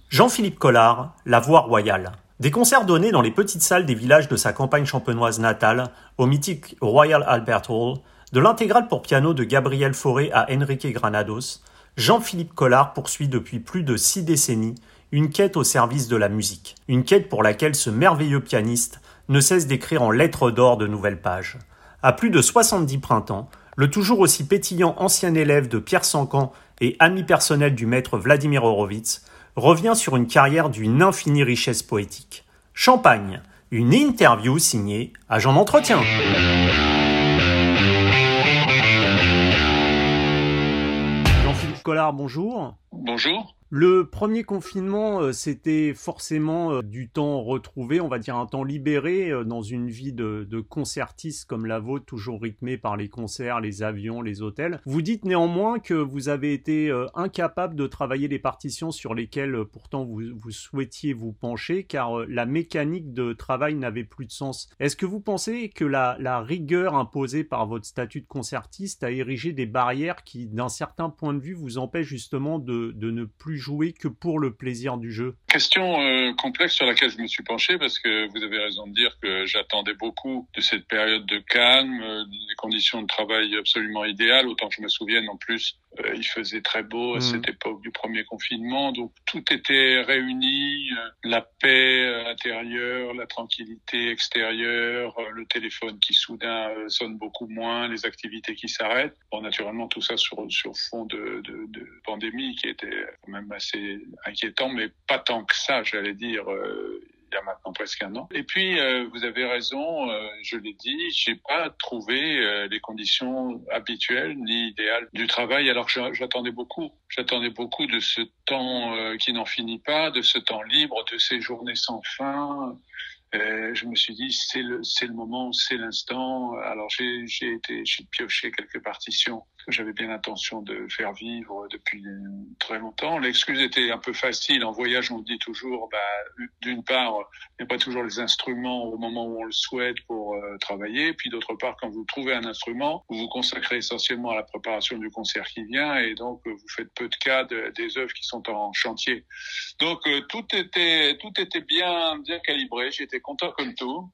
Jean-Philippe Collard, la voix royale. Des concerts donnés dans les petites salles des villages de sa campagne champenoise natale, au mythique Royal Albert Hall, de l'intégrale pour piano de Gabriel Fauré à Enrique Granados, Jean-Philippe Collard poursuit depuis plus de 6 décennies une quête au service de la musique. Une quête pour laquelle ce merveilleux pianiste ne cesse d'écrire en lettres d'or de nouvelles pages. À plus de 70 printemps, le toujours aussi pétillant ancien élève de Pierre Sancan et ami personnel du maître Vladimir Horowitz revient sur une carrière d'une infinie richesse poétique. Champagne, une interview signée Agent d'entretien. Jean-Philippe Collard, bonjour. Bonjour. Le premier confinement, c'était forcément du temps retrouvé, on va dire un temps libéré dans une vie de concertiste comme la vôtre, toujours rythmée par les concerts, les avions, les hôtels. Vous dites néanmoins que vous avez été incapable de travailler les partitions sur lesquelles pourtant vous souhaitiez vous pencher, car la mécanique de travail n'avait plus de sens. Est-ce que vous pensez que la rigueur imposée par votre statut de concertiste a érigé des barrières qui, d'un certain point de vue, vous empêchent justement de ne plus jouer que pour le plaisir du jeu? Question complexe sur laquelle je me suis penché parce que vous avez raison de dire que j'attendais beaucoup de cette période de calme, des conditions de travail absolument idéales. Autant que je me souvienne, en plus, il faisait très beau à cette époque du premier confinement. Donc tout était réuni, la paix intérieure, la tranquillité extérieure, le téléphone qui soudain sonne beaucoup moins, les activités qui s'arrêtent. Bon, naturellement, tout ça sur fond de pandémie qui était quand même assez inquiétant, mais pas tant que ça, j'allais dire, il y a maintenant presque un an. Et puis, vous avez raison, je l'ai dit, j'ai pas trouvé les conditions habituelles ni idéales du travail. Alors j'attendais beaucoup de ce temps qui n'en finit pas, de ce temps libre, de ces journées sans fin. Je me suis dit c'est le moment, c'est l'instant. Alors j'ai pioché quelques partitions que j'avais bien l'intention de faire vivre depuis très longtemps. L'excuse était un peu facile. En voyage, on dit toujours, d'une part, il n'y a pas toujours les instruments au moment où on le souhaite pour travailler. Puis d'autre part, quand vous trouvez un instrument, vous vous consacrez essentiellement à la préparation du concert qui vient et donc vous faites peu de cas des œuvres qui sont en chantier. Donc tout était bien calibré. J'étais content comme tout.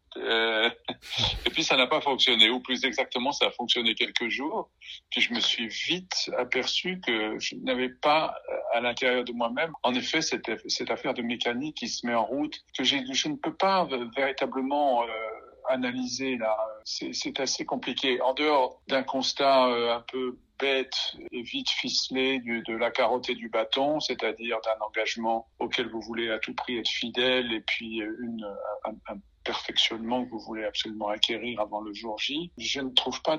Et puis ça n'a pas fonctionné, ou plus exactement, ça a fonctionné quelques jours. Puis je me suis vite aperçu que je n'avais pas à l'intérieur de moi-même, en effet, cette affaire de mécanique qui se met en route, que je ne peux pas véritablement analyser là. C'est assez compliqué. En dehors d'un constat un peu bête et vite ficelé de la carotte et du bâton, c'est-à-dire d'un engagement auquel vous voulez à tout prix être fidèle et puis un perfectionnement que vous voulez absolument acquérir avant le jour J. Je ne trouve pas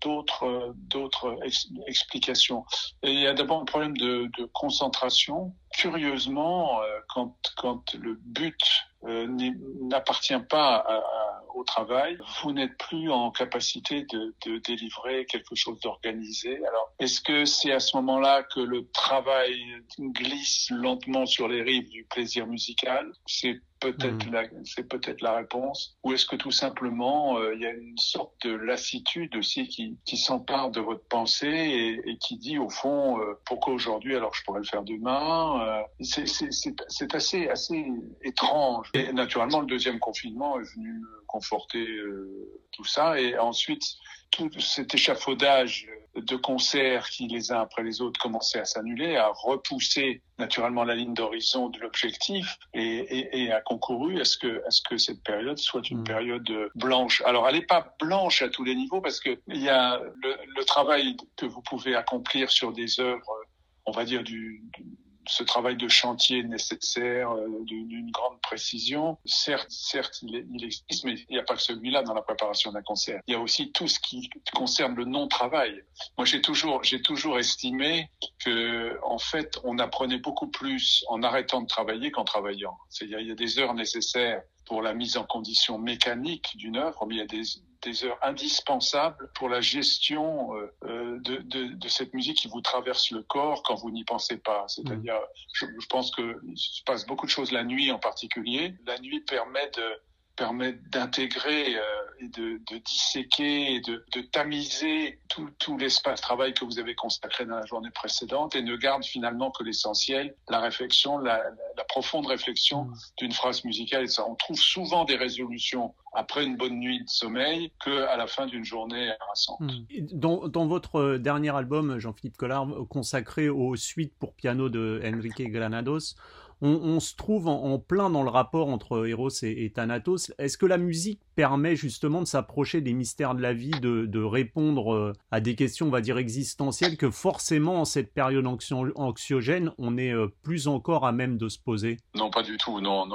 d'autres explications. Et il y a d'abord un problème de concentration. Curieusement, quand le but n'appartient pas au travail, vous n'êtes plus en capacité de délivrer quelque chose d'organisé. Alors, est-ce que c'est à ce moment-là que le travail glisse lentement sur les rives du plaisir musical? C'est peut-être la réponse. Ou est-ce que tout simplement il y a une sorte de lassitude aussi qui s'empare de votre pensée et qui dit au fond pourquoi aujourd'hui alors je pourrais le faire demain. C'est assez étrange. Et naturellement le deuxième confinement est venu conforter tout ça et ensuite tout cet échafaudage de concerts qui les uns après les autres commençaient à s'annuler, a repoussé naturellement la ligne d'horizon de l'objectif et a concouru à ce que cette période soit une période blanche. Alors elle n'est pas blanche à tous les niveaux parce que il y a le travail que vous pouvez accomplir sur des œuvres, on va dire ce travail de chantier nécessaire, d'une grande précision. Certes, il existe, mais il n'y a pas que celui-là dans la préparation d'un concert. Il y a aussi tout ce qui concerne le non-travail. Moi, j'ai toujours estimé que, en fait, on apprenait beaucoup plus en arrêtant de travailler qu'en travaillant. C'est-à-dire, il y a des heures nécessaires pour la mise en condition mécanique d'une œuvre, mais il y a des heures indispensables pour la gestion de cette musique qui vous traverse le corps quand vous n'y pensez pas. C'est-à-dire, je pense que il se passe beaucoup de choses la nuit en particulier. La nuit permet permet d'intégrer et de disséquer et de tamiser tout l'espace travail que vous avez consacré dans la journée précédente et ne garde finalement que l'essentiel, la réflexion, la profonde réflexion d'une phrase musicale. Et ça, on trouve souvent des résolutions après une bonne nuit de sommeil qu'à la fin d'une journée harassante. Dans votre dernier album, Jean-Philippe Collard, consacré aux suites pour piano de Enrique Granados, on se trouve en plein dans le rapport entre Eros et Thanatos. Est-ce que la musique permet justement de s'approcher des mystères de la vie, de répondre à des questions, on va dire, existentielles que forcément, en cette période anxiogène, on est plus encore à même de se poser? Non, pas du tout. Non.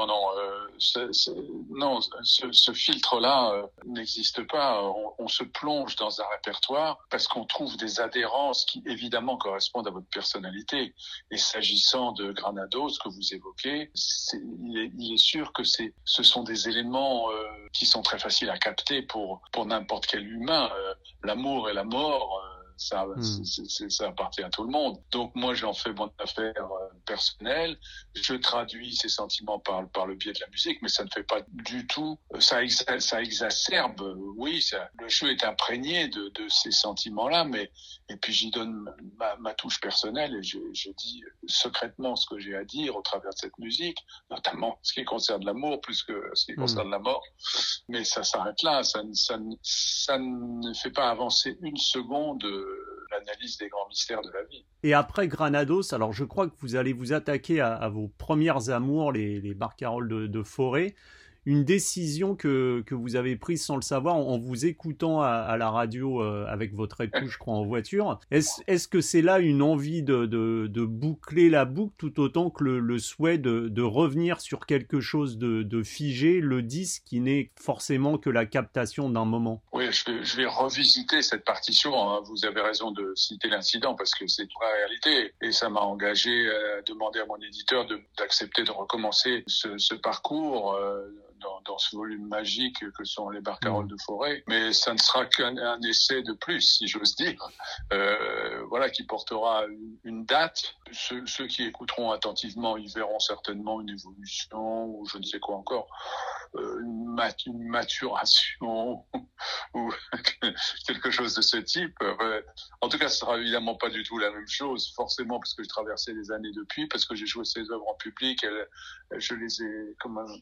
Ce filtre-là n'existe pas. On se plonge dans un répertoire parce qu'on trouve des adhérences qui, évidemment, correspondent à votre personnalité. Et s'agissant de Granados, que vous évoquez, il est sûr que ce sont des éléments qui sont très faciles à capter pour n'importe quel humain. L'amour et la mort, ça appartient à tout le monde. Donc moi, j'en fais mon affaire personnelle. Je traduis ces sentiments par le biais de la musique, mais ça ne fait pas du tout. Ça exacerbe. Oui, le jeu est imprégné de ces sentiments-là, mais et puis j'y donne ma touche personnelle et je dis secrètement ce que j'ai à dire au travers de cette musique, notamment ce qui concerne l'amour plus que ce qui concerne la mort. Mais ça s'arrête là. Ça ne fait pas avancer une seconde l'analyse des grands mystères de la vie. Et après Granados, alors je crois que vous allez vous attaquer à vos premières amours, les barcarolles de Fauré. Une décision que vous avez prise sans le savoir en vous écoutant à la radio avec votre époux, je crois, en voiture. Est-ce que c'est là une envie de boucler la boucle tout autant que le souhait de revenir sur quelque chose de figé, le disque qui n'est forcément que la captation d'un moment? Oui, je vais revisiter cette partition. Hein. Vous avez raison de citer l'incident parce que c'est la réalité. Et ça m'a engagé à demander à mon éditeur d'accepter de recommencer ce parcours dans ce volume magique que sont les barcarolles de Fauré. Mais ça ne sera qu'un essai de plus, si j'ose dire, qui portera une date. Ceux qui écouteront attentivement, ils verront certainement une évolution ou je ne sais quoi encore, une maturation ou quelque chose de ce type. En tout cas, ce sera évidemment pas du tout la même chose, forcément parce que j'ai traversé les années depuis, parce que j'ai joué ces œuvres en public, je les ai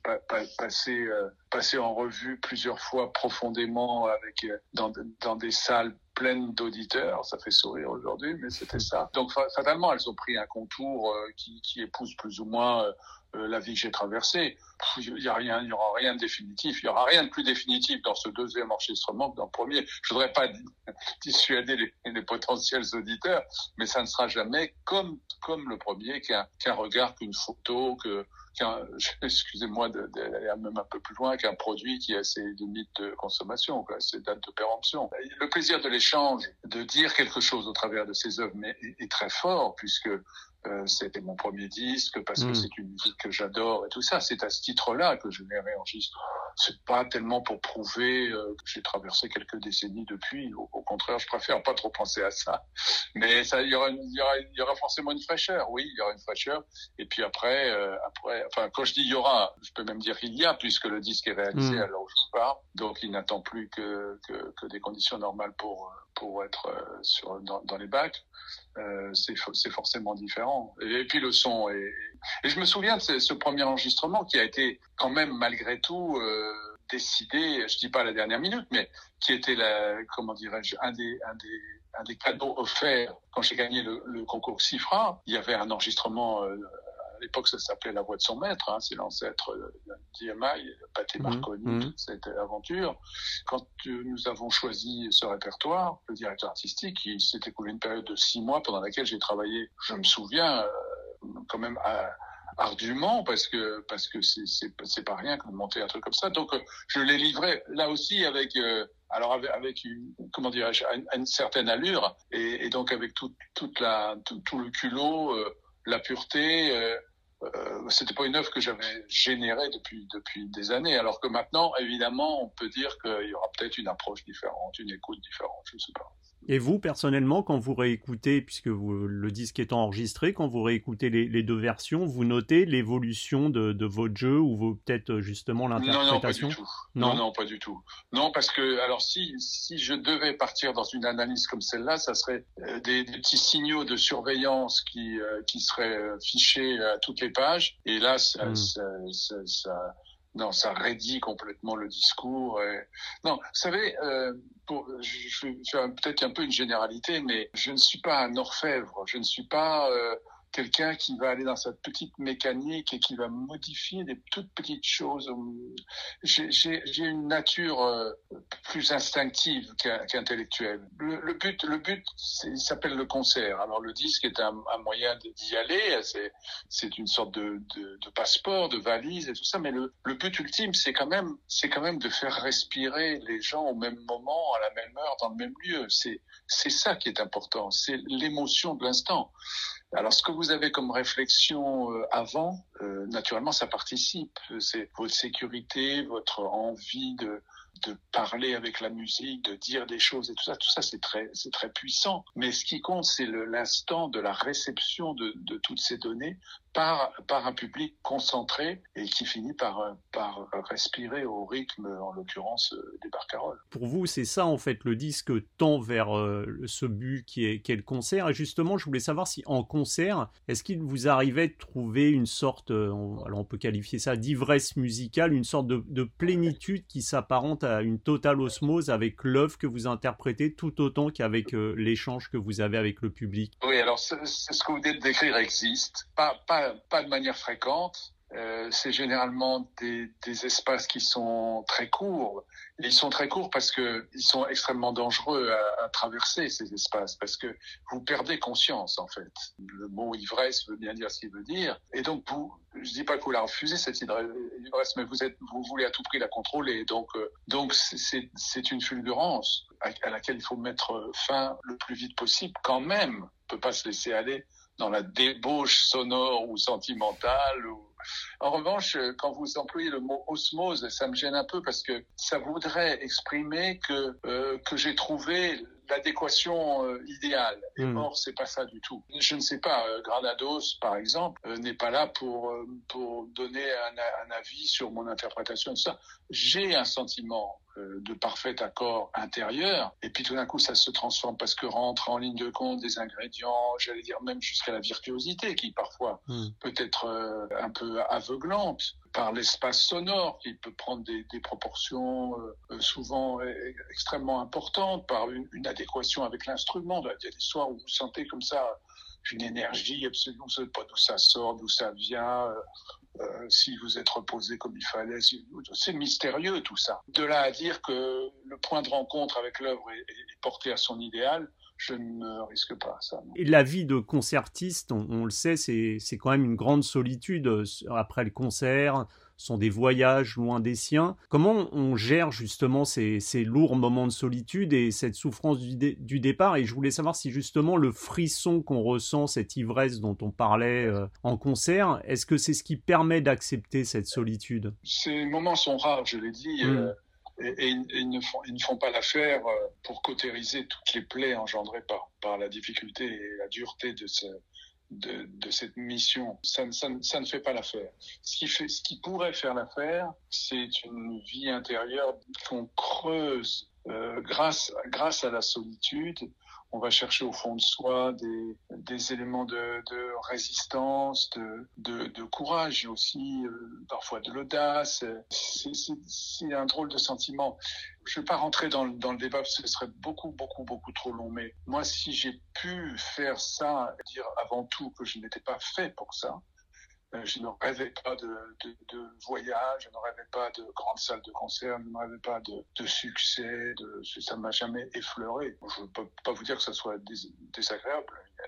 passées en revue plusieurs fois profondément dans des salles pleines d'auditeurs. Ça fait sourire aujourd'hui, mais c'était ça. Donc fatalement, elles ont pris un contour qui épouse plus ou moins la vie que j'ai traversée. Il y aura rien de définitif. Il y aura rien de plus définitif dans ce deuxième enregistrement que dans le premier. Je voudrais pas dissuader les potentiels auditeurs, mais ça ne sera jamais comme le premier, qu'un regard, qu'une photo, excusez-moi d'aller même un peu plus loin, qu'un produit qui a ses limites de consommation, ses dates de péremption. Le plaisir de l'échange, de dire quelque chose au travers de ces œuvres est très fort, puisque c'était mon premier disque, parce que c'est une musique que j'adore et tout ça. C'est à ce titre-là que je les réenregistre. C'est pas tellement pour prouver que j'ai traversé quelques décennies depuis. Au contraire, je préfère pas trop penser à ça. Mais il y aura forcément une fraîcheur. Oui, il y aura une fraîcheur. Et puis après, quand je dis il y aura, je peux même dire il y a, puisque le disque est réalisé à l'heure où je vous parle. Donc il n'attend plus que des conditions normales pour être dans les bacs. C'est forcément différent. Et puis le son et je me souviens de ce premier enregistrement qui a été quand même malgré tout décidé, je dis pas à la dernière minute, mais qui était un des cadeaux offerts quand j'ai gagné le concours CIFRA. Il y avait un enregistrement à l'époque, ça s'appelait La Voix de son maître, c'est l'ancêtre d'EMI, Pathé Marconi, toute cette aventure. Quand nous avons choisi ce répertoire, le directeur artistique, il s'est écoulé une période de 6 mois pendant laquelle j'ai travaillé, je me souviens, quand même ardument, parce que c'est pas rien que de monter un truc comme ça. Donc, je l'ai livré là aussi avec une certaine allure, et donc avec tout le culot, la pureté. C'était pas une œuvre que j'avais générée depuis des années, alors que maintenant, évidemment, on peut dire qu'il y aura peut-être une approche différente, une écoute différente, je sais pas. Et vous, personnellement, quand vous réécoutez, puisque le disque est enregistré, quand vous réécoutez les deux versions, vous notez l'évolution de votre jeu ou peut-être justement Non, non, pas du l'interprétation? tout. Non, Non? non, pas du tout. Non, parce que alors si je devais partir dans une analyse comme celle-là, ça serait des petits signaux de surveillance qui seraient fichés à toutes les pages. Et là, non, ça raidit complètement le discours. Non, vous savez, je vais faire peut-être un peu une généralité, mais je ne suis pas un orfèvre. Je ne suis pas quelqu'un qui va aller dans sa petite mécanique et qui va modifier des toutes petites choses. J'ai une nature plus instinctive qu'intellectuelle. Le but, il s'appelle le concert. Alors le disque est un moyen d'y aller. C'est une sorte de passeport, de valise et tout ça. Mais le but ultime, c'est quand même de faire respirer les gens au même moment, à la même heure, dans le même lieu. C'est ça qui est important. C'est l'émotion de l'instant. Alors, ce que vous avez comme réflexion avant, naturellement, ça participe. C'est votre sécurité, votre envie de parler avec la musique, de dire des choses et tout ça. Tout ça, c'est très puissant. Mais ce qui compte, c'est l'instant de la réception de toutes ces données par un public concentré et qui finit par respirer au rythme, en l'occurrence, des barcaroles. Pour vous, c'est ça en fait, le disque tend vers ce but qui est le concert. Et justement, je voulais savoir si en concert, est-ce qu'il vous arrivait de trouver une sorte, alors on peut qualifier ça d'ivresse musicale, une sorte de plénitude qui s'apparente à une totale osmose avec l'œuvre que vous interprétez tout autant qu'avec l'échange que vous avez avec le public? Oui, alors c'est ce que vous venez de décrire existe, pas de manière fréquente. C'est généralement des espaces qui sont très courts. Et ils sont très courts parce que ils sont extrêmement dangereux à traverser ces espaces, parce que vous perdez conscience en fait. Le mot ivresse veut bien dire ce qu'il veut dire. Et donc je dis pas que vous la refusez cette ivresse, mais vous voulez à tout prix la contrôler. Donc c'est une fulgurance à laquelle il faut mettre fin le plus vite possible. Quand même, on peut pas se laisser aller dans la débauche sonore ou sentimentale. En revanche, quand vous employez le mot osmose, ça me gêne un peu parce que ça voudrait exprimer que j'ai trouvé l'adéquation idéale. Et or, c'est pas ça du tout. Je ne sais pas, Granados, par exemple, n'est pas là pour donner un avis sur mon interprétation de ça. J'ai un sentiment de parfait accord intérieur, et puis tout d'un coup ça se transforme parce que rentre en ligne de compte des ingrédients, j'allais dire même jusqu'à la virtuosité qui parfois peut être un peu aveuglante, par l'espace sonore qui peut prendre des proportions souvent extrêmement importantes, par une adéquation avec l'instrument. Il y a des soirs où vous sentez comme ça une énergie absolument, vous ne savez pas d'où ça sort, d'où ça vient, si vous êtes reposé comme il fallait. C'est mystérieux tout ça. De là à dire que le point de rencontre avec l'œuvre est porté à son idéal, je ne risque pas ça. Non. Et la vie de concertiste, on le sait, c'est quand même une grande solitude après le concert. Ce sont des voyages loin des siens. Comment on gère justement ces lourds moments de solitude et cette souffrance du départ? Et je voulais savoir si justement le frisson qu'on ressent, cette ivresse dont on parlait en concert, est-ce que c'est ce qui permet d'accepter cette solitude? Ces moments sont rares, je l'ai dit. Et ils ne font pas l'affaire pour cautériser toutes les plaies engendrées par la difficulté et la dureté de cette mission. Ça ne fait pas l'affaire. Ce qui pourrait faire l'affaire, c'est une vie intérieure qu'on creuse grâce à la solitude. On va chercher au fond de soi des éléments de résistance, de courage et aussi parfois de l'audace. C'est un drôle de sentiment. Je ne vais pas rentrer dans le débat parce que ce serait beaucoup trop long. Mais moi, si j'ai pu faire ça, dire avant tout que je n'étais pas fait pour ça, je ne rêvais pas de voyage, je ne rêvais pas de grandes salles de concert, je ne rêvais pas de succès, ça ne m'a jamais effleuré. Je ne peux pas vous dire que ça soit désagréable, il y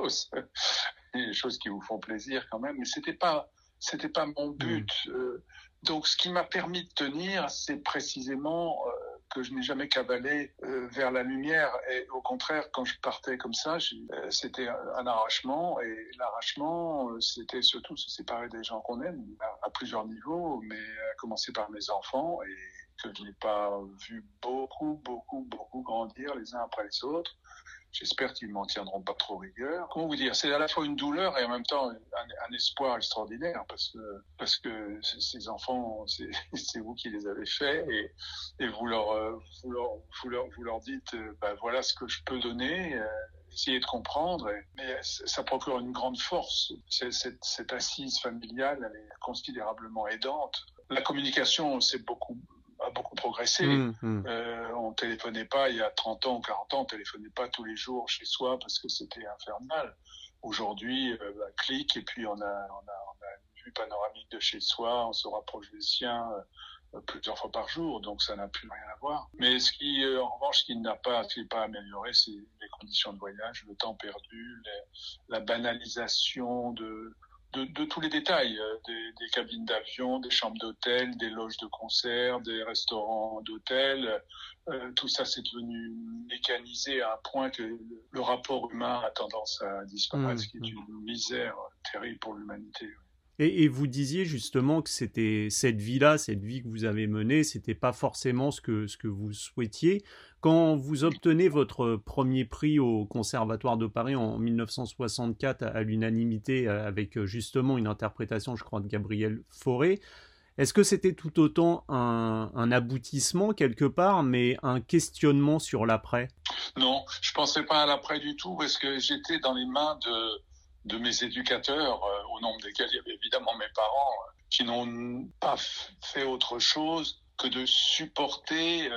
a des choses qui vous font plaisir quand même, mais c'était pas mon but. Donc ce qui m'a permis de tenir, c'est précisément que je n'ai jamais cavalé vers la lumière. Et au contraire, quand je partais comme ça, c'était un arrachement. Et l'arrachement, c'était surtout se séparer des gens qu'on aime à plusieurs niveaux, mais à commencer par mes enfants et que je n'ai pas vu beaucoup grandir les uns après les autres. J'espère qu'ils m'en tiendront pas trop rigueur. Comment vous dire, c'est à la fois une douleur et en même temps un espoir extraordinaire parce que ces enfants, c'est vous qui les avez faits et vous leur dites, voilà ce que je peux donner. Essayer de comprendre, mais ça procure une grande force. Cette assise familiale, elle est considérablement aidante. La communication, a beaucoup progressé. On téléphonait pas il y a 30 ans ou 40 ans, on téléphonait pas tous les jours chez soi parce que c'était infernal. Aujourd'hui, clic et puis on a une vue panoramique de chez soi, on se rapproche des siens plusieurs fois par jour, donc ça n'a plus rien à voir. Mais en revanche, ce qui n'est pas amélioré, c'est les conditions de voyage, le temps perdu, la banalisation de tous les détails, des cabines d'avion, des chambres d'hôtel, des loges de concert, des restaurants d'hôtel. Tout ça, c'est devenu mécanisé à un point que le rapport humain a tendance à disparaître, ce qui est une misère terrible pour l'humanité. Et vous disiez justement que c'était cette vie que vous avez menée, c'était pas forcément ce que vous souhaitiez. Quand vous obtenez votre premier prix au Conservatoire de Paris en 1964 à l'unanimité avec justement une interprétation, je crois, de Gabriel Fauré, est-ce que c'était tout autant un aboutissement quelque part, mais un questionnement sur l'après? Non, je pensais pas à l'après du tout parce que j'étais dans les mains de mes éducateurs, au nombre desquels il y avait évidemment mes parents, qui n'ont pas fait autre chose que de supporter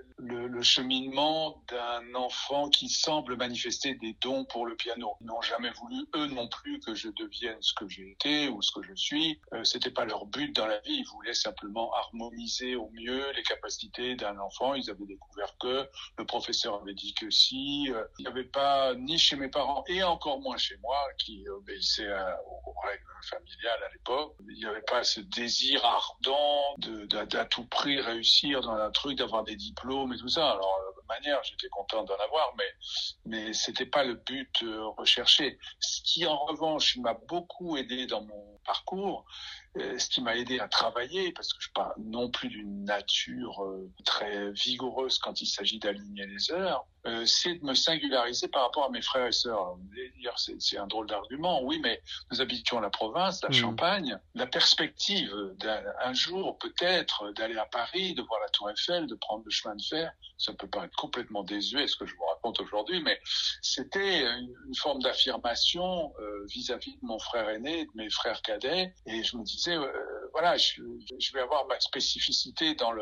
le cheminement d'un enfant qui semble manifester des dons pour le piano. Ils n'ont jamais voulu, eux non plus, que je devienne ce que j'ai été ou ce que je suis. C'était pas leur but dans la vie. Ils voulaient simplement harmoniser au mieux les capacités d'un enfant. Ils avaient découvert que le professeur avait dit que si. Il n'y avait pas, ni chez mes parents et encore moins chez moi, qui obéissait aux règles familiales à l'époque. Il n'y avait pas ce désir ardent d'à tout prix réussir dans un truc, d'avoir des diplômes et tout ça. Alors, de manière, j'étais content d'en avoir, mais c'était pas le but recherché. Ce qui, en revanche, m'a beaucoup aidé dans mon parcours, ce qui m'a aidé à travailler, parce que je suis pas non plus d'une nature très vigoureuse quand il s'agit d'aligner les heures, c'est de me singulariser par rapport à mes frères et sœurs. C'est un drôle d'argument, oui, mais nous habitions la province, la Champagne. La perspective d'un jour, peut-être, d'aller à Paris, de voir la Tour Eiffel, de prendre le chemin de fer, ça peut paraître complètement désuet, ce que je vous raconte aujourd'hui, mais c'était une forme d'affirmation vis-à-vis de mon frère aîné, de mes frères cadets, et je me disais, voilà, je vais avoir ma spécificité dans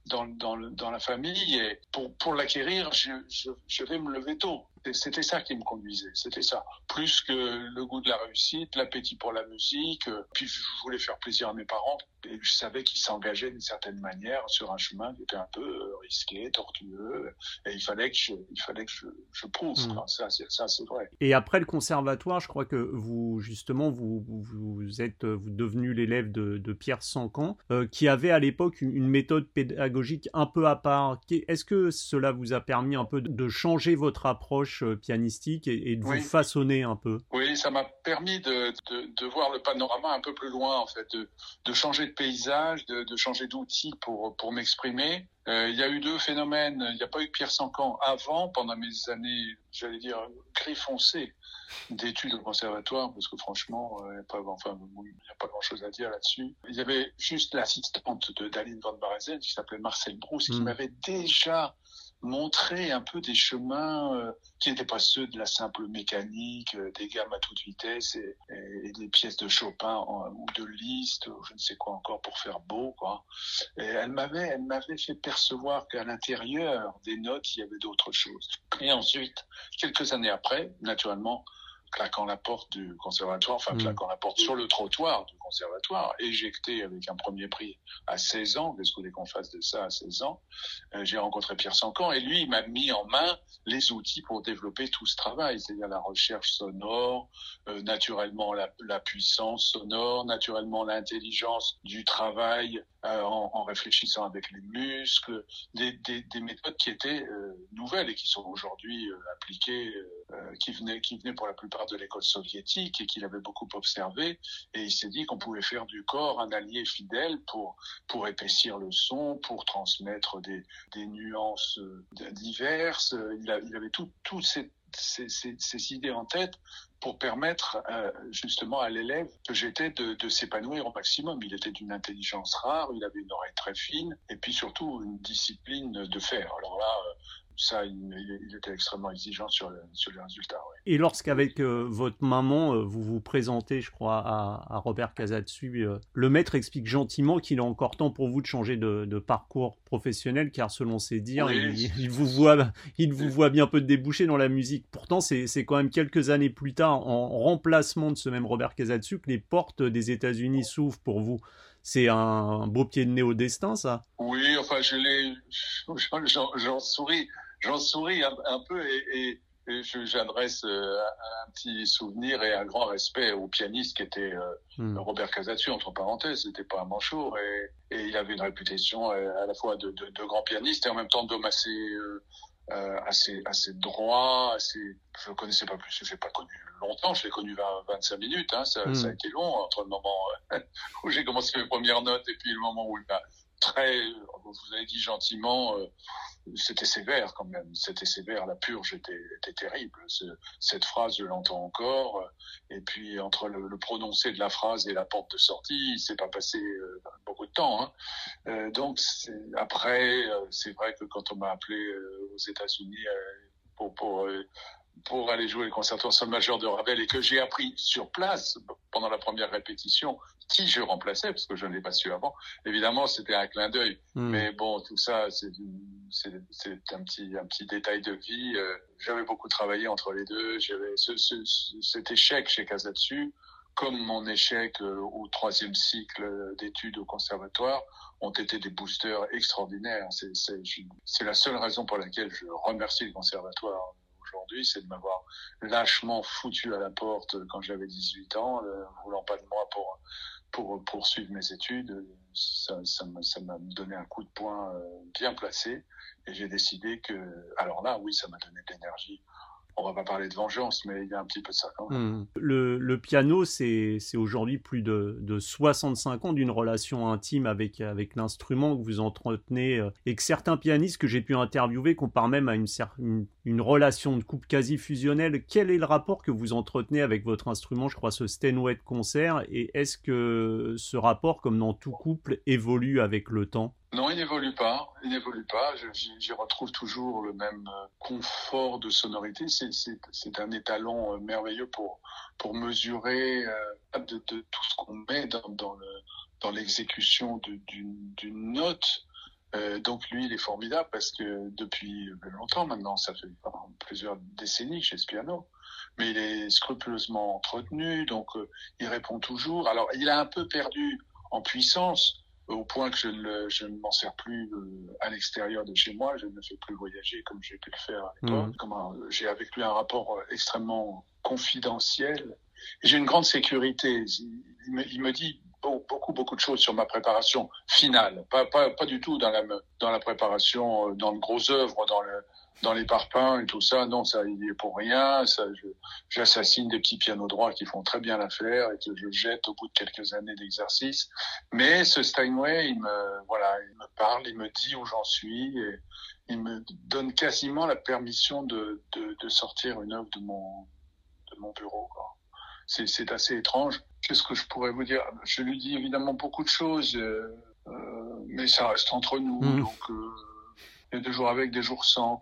la famille, et pour l'acquérir, je vais me lever tôt. C'était ça qui me conduisait, c'était ça. Plus que le goût de la réussite, l'appétit pour la musique. Puis je voulais faire plaisir à mes parents et je savais qu'ils s'engageaient d'une certaine manière sur un chemin qui était un peu risqué, tortueux. Et il fallait que je prouve. Ça, c'est vrai. Et après le conservatoire, je crois que vous êtes devenu l'élève de Pierre Sancan, qui avait à l'époque une méthode pédagogique un peu à part. Est-ce que cela vous a permis un peu de changer votre approche pianistique et de vous façonner un peu? Oui, ça m'a permis de voir le panorama un peu plus loin, en fait, de changer de paysage, de changer d'outil pour m'exprimer. Il y a eu deux phénomènes. Il n'y a pas eu Pierre Sancan avant, pendant mes années, j'allais dire, gris foncé d'études au conservatoire, parce que franchement, il n'y a pas grand-chose à dire là-dessus. Il y avait juste l'assistante d'Aline Van Barezen, qui s'appelait Marcel Brousse, qui m'avait déjà montrer un peu des chemins qui n'étaient pas ceux de la simple mécanique, des gammes à toute vitesse et des pièces de Chopin ou de Liszt ou je ne sais quoi encore pour faire beau, quoi. Et elle m'avait fait percevoir qu'à l'intérieur des notes, il y avait d'autres choses. Et ensuite, quelques années après, naturellement, claquant la porte du conservatoire, claquant la porte sur le trottoir du conservatoire, éjecté avec un premier prix à 16 ans. Qu'est-ce que vous voulez qu'on fasse de ça à 16 ans? J'ai rencontré Pierre Sancan et lui, il m'a mis en main les outils pour développer tout ce travail, c'est-à-dire la recherche sonore, naturellement la puissance sonore, naturellement l'intelligence du travail en réfléchissant avec les muscles, des méthodes qui étaient nouvelles et qui sont aujourd'hui appliquées, qui venaient pour la plupart de l'école soviétique et qu'il avait beaucoup observé. Et il s'est dit qu'on pouvait faire du corps un allié fidèle pour épaissir le son, pour transmettre des nuances diverses. Il avait toutes ces idées en tête pour permettre justement à l'élève que j'étais de s'épanouir au maximum. Il était d'une intelligence rare, il avait une oreille très fine et puis surtout une discipline de fer. Alors là, ça, il était extrêmement exigeant sur les résultats. Ouais. Et lorsqu'avec votre maman, vous vous présentez, je crois, à Robert Casadesus, le maître explique gentiment qu'il est encore temps pour vous de changer de parcours professionnel, car selon ses dires, oui. il vous voit bien peu de débouchés dans la musique. Pourtant, c'est quand même quelques années plus tard, en remplacement de ce même Robert Casadesus, que les portes des États-Unis s'ouvrent pour vous. C'est un beau pied de nez au destin, ça? Oui, enfin, j'en souris un peu et j'adresse un petit souvenir et un grand respect au pianiste qui était Robert Casadesus, entre parenthèses. C'était pas un manchot et il avait une réputation à la fois de grand pianiste et en même temps d'homme assez droit, je le connaissais pas plus, je l'ai pas connu longtemps, je l'ai connu 25 minutes, ça a été long entre le moment où j'ai commencé mes premières notes et puis le moment où il m'a vous avez dit gentiment, c'était sévère quand même, c'était sévère, la purge était terrible. Cette phrase, je l'entends encore, et puis entre le prononcé de la phrase et la porte de sortie, il s'est pas passé beaucoup de temps. Donc après, c'est vrai que quand on m'a appelé aux États-Unis pour aller jouer le concerto en sol majeur de Ravel et que j'ai appris sur place pendant la première répétition qui je remplaçais parce que je ne l'ai pas su avant. Évidemment, c'était un clin d'œil, mais bon, tout ça, c'est un petit détail de vie. J'avais beaucoup travaillé entre les deux. J'avais cet échec chez Casadesus, comme mon échec au 3e cycle d'études au conservatoire, ont été des boosters extraordinaires. C'est la seule raison pour laquelle je remercie le conservatoire aujourd'hui, c'est de m'avoir lâchement foutu à la porte quand j'avais 18 ans, voulant pas de moi pour poursuivre mes études. Ça m'a donné un coup de poing bien placé et j'ai décidé que, alors là, oui, ça m'a donné de l'énergie. On va pas parler de vengeance, mais il y a un petit peu de ça quand même. Le piano, c'est aujourd'hui plus de 65 ans d'une relation intime avec l'instrument que vous entretenez et que certains pianistes que j'ai pu interviewer comparent même à une relation de couple quasi fusionnelle. Quel est le rapport que vous entretenez avec votre instrument, je crois, ce Steinway de concert, et est-ce que ce rapport, comme dans tout couple, évolue avec le temps? Non, il n'évolue pas. J'y retrouve toujours le même confort de sonorité. C'est un étalon merveilleux pour mesurer de tout ce qu'on met dans l'exécution d'une note. Donc lui, il est formidable parce que depuis longtemps maintenant, ça fait plusieurs décennies que j'ai ce piano, mais il est scrupuleusement entretenu, donc il répond toujours. Alors, il a un peu perdu en puissance, au point que je ne m'en sers plus à l'extérieur de chez moi. Je ne fais plus voyager comme j'ai pu le faire à l'époque. J'ai avec lui un rapport extrêmement confidentiel. Et j'ai une grande sécurité. Il me dit beaucoup de choses sur ma préparation finale. Pas du tout dans la préparation, dans le gros œuvre, dans les parpaings et tout ça. Non, ça, il y est pour rien. Ça, j'assassine des petits pianos droits qui font très bien l'affaire et que je jette au bout de quelques années d'exercice. Mais ce Steinway, il me parle, il me dit où j'en suis et il me donne quasiment la permission de sortir une œuvre de mon bureau, quoi. C'est assez étrange. Qu'est-ce que je pourrais vous dire? Je lui dis évidemment beaucoup de choses, mais ça reste entre nous. Donc, il y a des jours avec, des jours sans.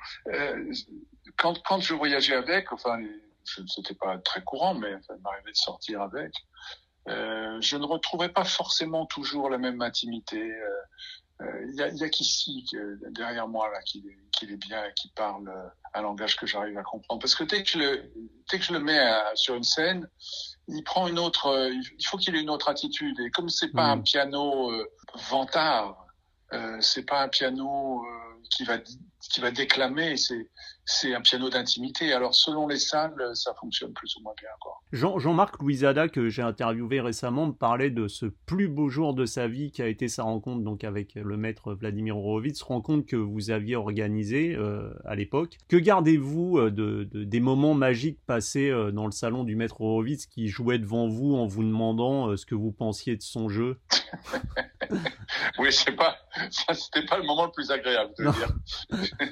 Quand je voyageais avec, c'était pas très courant, mais il m'arrivait de sortir avec. Je ne retrouvais pas forcément toujours la même intimité. y a qu'ici, derrière moi, là, qu'il est bien, qui parle un langage que j'arrive à comprendre. Parce que dès que je le mets sur une scène, il prend une autre, il faut qu'il ait une autre attitude. Et comme c'est pas un piano vantard, c'est pas un piano qui va déclamer, c'est un piano d'intimité. Alors selon les salles, ça fonctionne plus ou moins bien, quoi. Jean-Marc Louisada, que j'ai interviewé récemment, me parlait de ce plus beau jour de sa vie qui a été sa rencontre donc avec le maître Vladimir Horowitz, rencontre que vous aviez organisée à l'époque. Que gardez-vous des moments magiques passés dans le salon du maître Horowitz qui jouait devant vous en vous demandant ce que vous pensiez de son jeu? Oui, c'était pas le moment le plus agréable, de dire.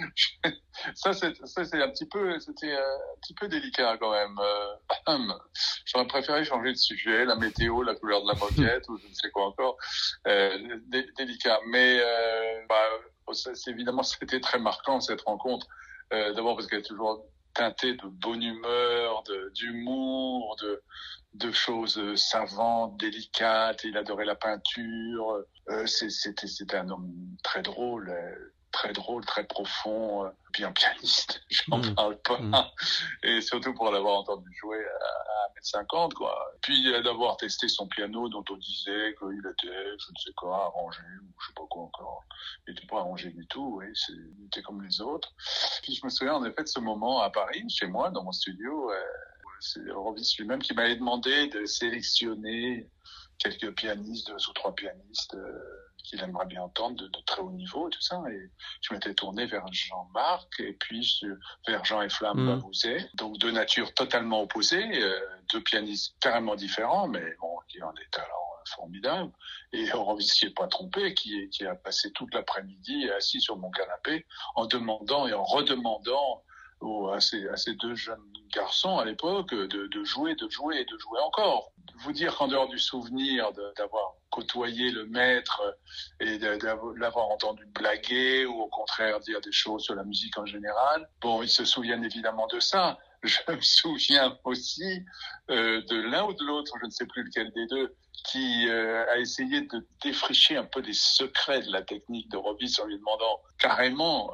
C'était un petit peu délicat quand même. J'aurais préféré changer de sujet, la météo, la couleur de la moquette ou je ne sais quoi encore. Délicat, mais évidemment c'était très marquant cette rencontre. D'abord parce qu'elle est toujours teintée de bonne humeur, d'humour, de choses savantes, délicates. Il adorait la peinture. C'était un homme très drôle, très profond. Puis un pianiste, j'en parle pas. Et surtout pour l'avoir entendu jouer à 1m50, quoi. Puis d'avoir testé son piano dont on disait qu'il était, je ne sais quoi, arrangé, ou je sais pas quoi encore. Il n'était pas arrangé du tout, oui. Il était comme les autres. Puis je me souviens en effet de ce moment à Paris, chez moi, dans mon studio. C'est Horowitz lui-même qui m'avait demandé de sélectionner quelques pianistes, 2 ou 3 pianistes qu'il aimerait bien entendre de très haut niveau et tout ça. Et je m'étais tourné vers Jean-Marc et puis vers Jean et Flamme Bavouzet. Donc 2 natures totalement opposées, 2 pianistes carrément différents, mais bon, qui ont des talents formidables. Et Horowitz s'y est pas trompé, qui a passé toute l'après-midi assis sur mon canapé en demandant et en redemandant à ces 2 jeunes garçons à l'époque de jouer encore. Vous dire qu'en dehors du souvenir d'avoir côtoyé le maître et de l'avoir entendu blaguer ou au contraire dire des choses sur la musique en général, bon, ils se souviennent évidemment de ça. Je me souviens aussi de l'un ou de l'autre, je ne sais plus lequel des 2, qui a essayé de défricher un peu les secrets de la technique de Horowitz en lui demandant carrément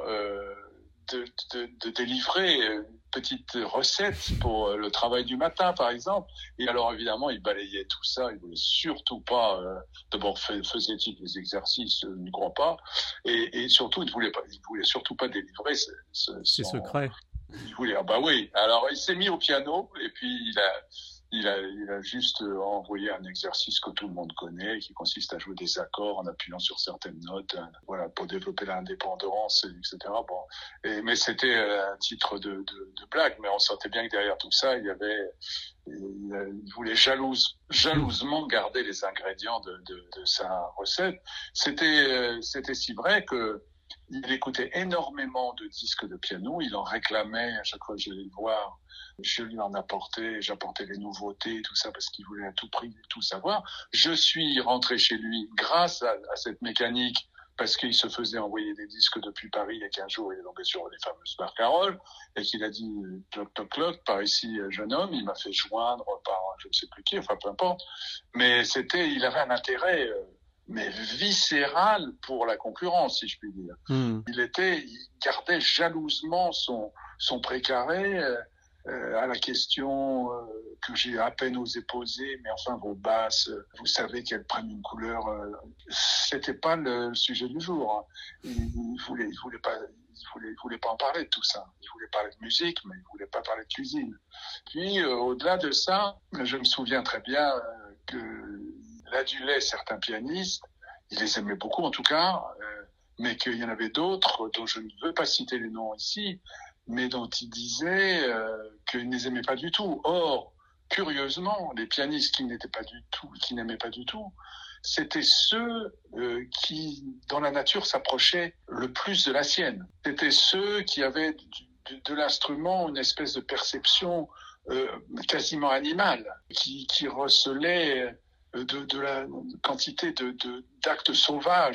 de délivrer une petite recette pour le travail du matin, par exemple. Et alors, évidemment, il balayait tout ça. Il voulait surtout pas, d'abord, faisait-il des exercices? Je ne crois pas. Et surtout, il voulait surtout pas délivrer ses secrets. Il voulait, bah oui. Alors, il s'est mis au piano et puis il a juste envoyé un exercice que tout le monde connaît, qui consiste à jouer des accords en appuyant sur certaines notes, voilà, pour développer l'indépendance, etc. Bon, mais c'était un titre de blague, mais on sentait bien que derrière tout ça, il voulait jalousement garder les ingrédients de sa recette. C'était si vrai que il écoutait énormément de disques de piano, il en réclamait à chaque fois que j'allais le voir. Je lui en apportais, j'apportais les nouveautés, tout ça, parce qu'il voulait à tout prix tout savoir. Je suis rentré chez lui grâce à cette mécanique, parce qu'il se faisait envoyer des disques depuis Paris et qu'un jour il est tombé sur les fameuses barcarolles et qu'il a dit cloc toc cloc, par ici jeune homme, il m'a fait joindre par je ne sais plus qui, enfin peu importe. Mais il avait un intérêt mais viscéral pour la concurrence, si je puis dire. Il gardait jalousement son précaré. À la question que j'ai à peine osé poser, mais enfin vos basses, vous savez qu'elles prennent une couleur. C'était pas le sujet du jour. Hein. Il voulait pas en parler de tout ça. Il voulait parler de musique, mais il voulait pas parler de cuisine. Puis au-delà de ça, je me souviens très bien qu'il adulait certains pianistes. Il les aimait beaucoup en tout cas, mais qu'il y en avait d'autres dont je ne veux pas citer les noms ici, mais dont il disait qu'il ne les aimait pas du tout. Or, curieusement, les pianistes qui n'aimaient pas du tout, c'était ceux qui, dans la nature, s'approchaient le plus de la sienne. C'était ceux qui avaient de l'instrument une espèce de perception quasiment animale, qui recelaient de la quantité d'actes sauvages à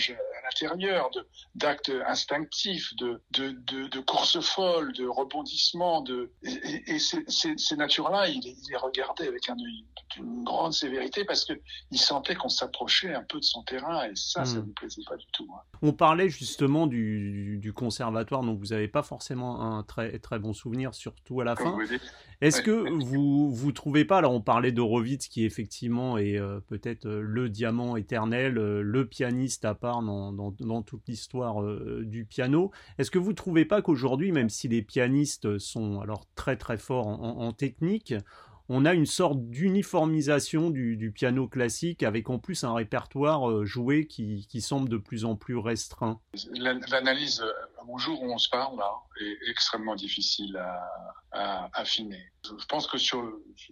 l'intérieur, d'actes instinctifs, de courses folles, de rebondissements, et ces natures-là, il les regardait avec un œil d'une grande sévérité parce que il sentait qu'on s'approchait un peu de son terrain, et ça ne lui plaisait pas du tout. Hein. On parlait justement du conservatoire, donc vous n'avez pas forcément un très très bon souvenir, surtout à la fin. Est-ce que vous trouvez pas, alors on parlait d'Horowitz qui effectivement est peut-être le diamant éternel, le pianiste à part dans toute l'histoire du piano. Est-ce que vous trouvez pas qu'aujourd'hui, même si les pianistes sont alors très très forts en technique, on a une sorte d'uniformisation du piano classique avec en plus un répertoire joué qui semble de plus en plus restreint? L'analyse au jour où on se parle là, est extrêmement difficile à affiner. Je pense que sur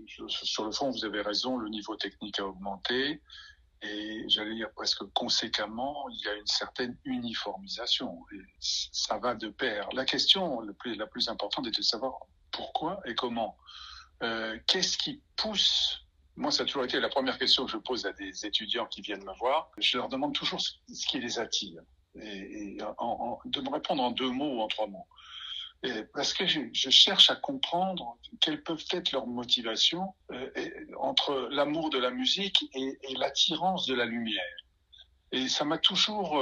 le fond, vous avez raison, le niveau technique a augmenté. Et j'allais dire presque conséquemment, il y a une certaine uniformisation. Et ça va de pair. La question la plus importante est de savoir pourquoi et comment. Qu'est-ce qui pousse? Moi, ça a toujours été la première question que je pose à des étudiants qui viennent me voir. Je leur demande toujours ce qui les attire. Et de me répondre en 2 mots ou en 3 mots. Parce que je cherche à comprendre quelles peuvent être leurs motivations entre l'amour de la musique et l'attirance de la lumière. Et ça m'a toujours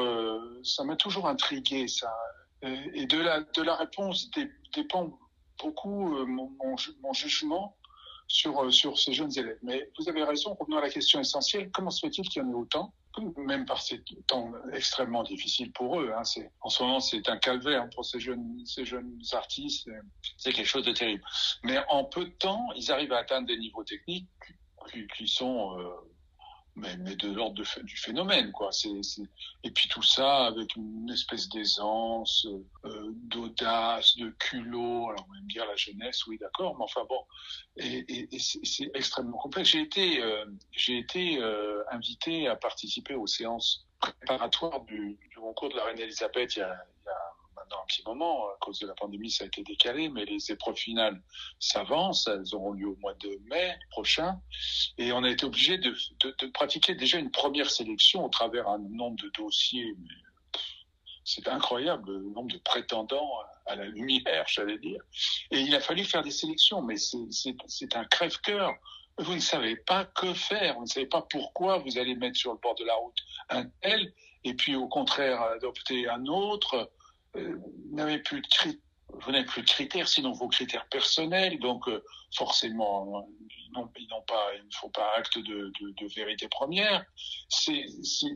intrigué, ça. Et de la réponse dépend beaucoup mon jugement sur ces jeunes élèves. Mais vous avez raison, revenons à la question essentielle, comment se fait-il qu'il y en ait autant, même par ces temps extrêmement difficiles pour eux. Hein. En ce moment, c'est un calvaire pour ces jeunes artistes, c'est quelque chose de terrible. Mais en peu de temps, ils arrivent à atteindre des niveaux techniques qui sont... mais de l'ordre du phénomène, quoi. Et puis tout ça avec une espèce d'aisance, d'audace, de culot. Alors on va me dire la jeunesse, oui, d'accord, mais enfin bon. Et c'est extrêmement complexe. J'ai été invité à participer aux séances préparatoires du concours de la Reine Elisabeth il y a maintenant un petit moment. À cause de la pandémie, ça a été décalé, mais les épreuves finales s'avancent. Elles auront lieu au mois de mai prochain. Et on a été obligé de pratiquer déjà une première sélection au travers un nombre de dossiers. Mais c'est incroyable, le nombre de prétendants à la lumière, j'allais dire. Et il a fallu faire des sélections, mais c'est un crève-cœur. Vous ne savez pas que faire, vous ne savez pas pourquoi vous allez mettre sur le bord de la route un tel, et puis au contraire adopter un autre. Vous n'avez plus de critères, sinon vos critères personnels, donc forcément ils ne font pas acte de vérité première. C'est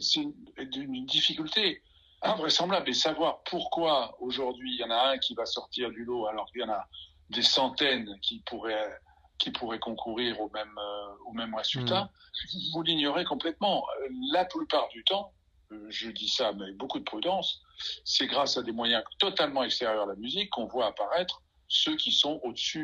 une difficulté invraisemblable. Et savoir pourquoi aujourd'hui il y en a un qui va sortir du lot alors qu'il y en a des centaines qui pourraient concourir au même résultat, vous l'ignorez complètement. La plupart du temps, je dis ça avec beaucoup de prudence, c'est grâce à des moyens totalement extérieurs à la musique qu'on voit apparaître ceux qui sont au-dessus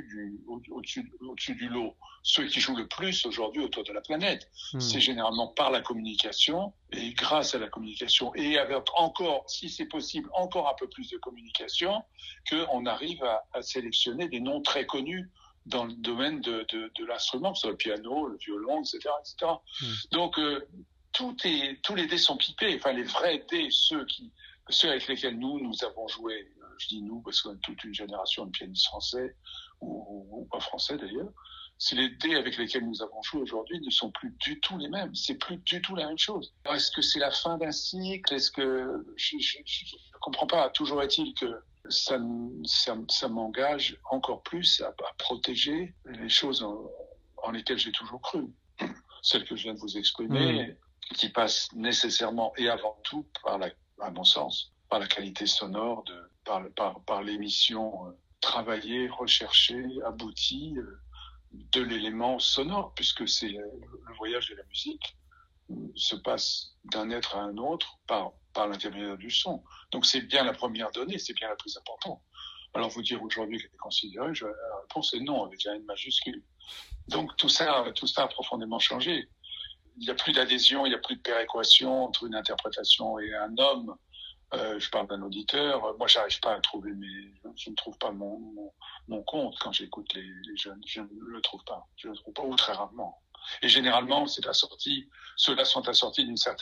du lot, ceux qui jouent le plus aujourd'hui autour de la planète. C'est généralement par la communication, et grâce à la communication, et avec encore, si c'est possible, encore un peu plus de communication, qu'on arrive à sélectionner des noms très connus dans le domaine de l'instrument, que ce soit le piano, le violon, etc., etc. Donc, tous les dés sont pipés, enfin les vrais dés, ceux avec lesquels nous avons joué, je dis nous parce qu'on a toute une génération de pianistes français, ou pas français d'ailleurs, c'est les dés avec lesquels nous avons joué aujourd'hui ne sont plus du tout les mêmes, c'est plus du tout la même chose. Alors, est-ce que c'est la fin d'un cycle? Est-ce que je comprends pas, toujours est-il que ça m'engage encore plus à protéger les choses en lesquelles j'ai toujours cru, celles que je viens de vous exprimer, qui passent nécessairement et avant tout à mon sens, par la qualité sonore, par l'émission travaillée, recherchée, aboutie de l'élément sonore, puisque c'est le voyage de la musique se passe d'un être à un autre par l'intermédiaire du son. Donc c'est bien la première donnée, c'est bien la plus importante. Alors vous dire aujourd'hui qu'elle est considérée, la réponse est non, avec un N majuscule. Donc tout ça a profondément changé. Il n'y a plus d'adhésion, il n'y a plus de péréquation entre une interprétation et un homme. Je parle d'un auditeur. Moi, j'arrive pas à trouver, je ne trouve pas mon compte quand j'écoute les jeunes. Je ne le trouve pas. Je le trouve pas, ou très rarement. Et généralement, ceux-là sont assortis d'une certaine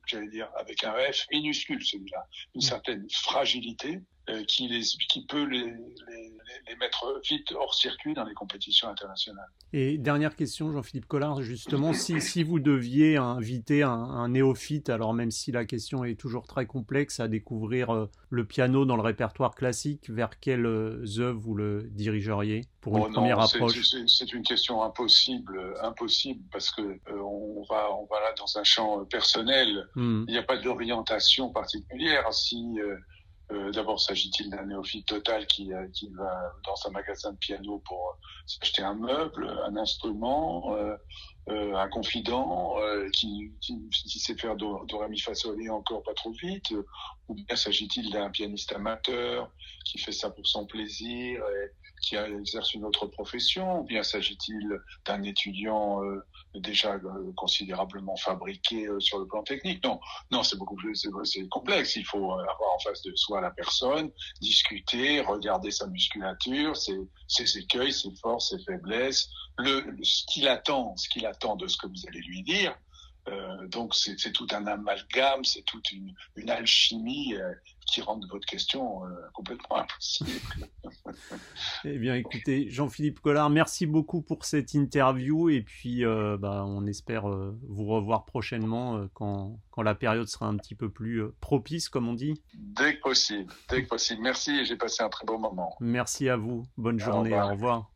j'allais dire, avec un F minuscule celui-là, une certaine fragilité qui peut les mettre vite hors circuit dans les compétitions internationales. Et dernière question, Jean-Philippe Collard, justement, si vous deviez inviter un néophyte, alors même si la question est toujours très complexe, à découvrir le piano dans le répertoire classique, vers quelles œuvres vous le dirigeriez pour une première approche? C'est une question impossible parce que on va là dans un champ personnel. Il n'y a pas d'orientation particulière. D'abord, s'agit-il d'un néophyte total qui va dans un magasin de piano pour s'acheter un meuble, un instrument, un confident qui sait faire do ré mi fa sol et encore pas trop vite, ou bien s'agit-il d'un pianiste amateur qui fait ça pour son plaisir et qui exerce une autre profession, ou bien s'agit-il d'un étudiant déjà considérablement fabriqué sur le plan technique? Non, c'est beaucoup plus, c'est complexe. Il faut avoir en face de soi la personne, discuter, regarder sa musculature, ses écueils, ses forces, ses faiblesses, ce qu'il attend de ce que vous allez lui dire. Donc c'est tout un amalgame, c'est toute une alchimie qui rend votre question complètement impossible. Eh bien, écoutez, Jean-Philippe Collard, merci beaucoup pour cette interview et puis on espère vous revoir prochainement quand la période sera un petit peu plus propice, comme on dit. Dès que possible. Merci et j'ai passé un très bon moment. Merci à vous. Bonne journée. Au revoir.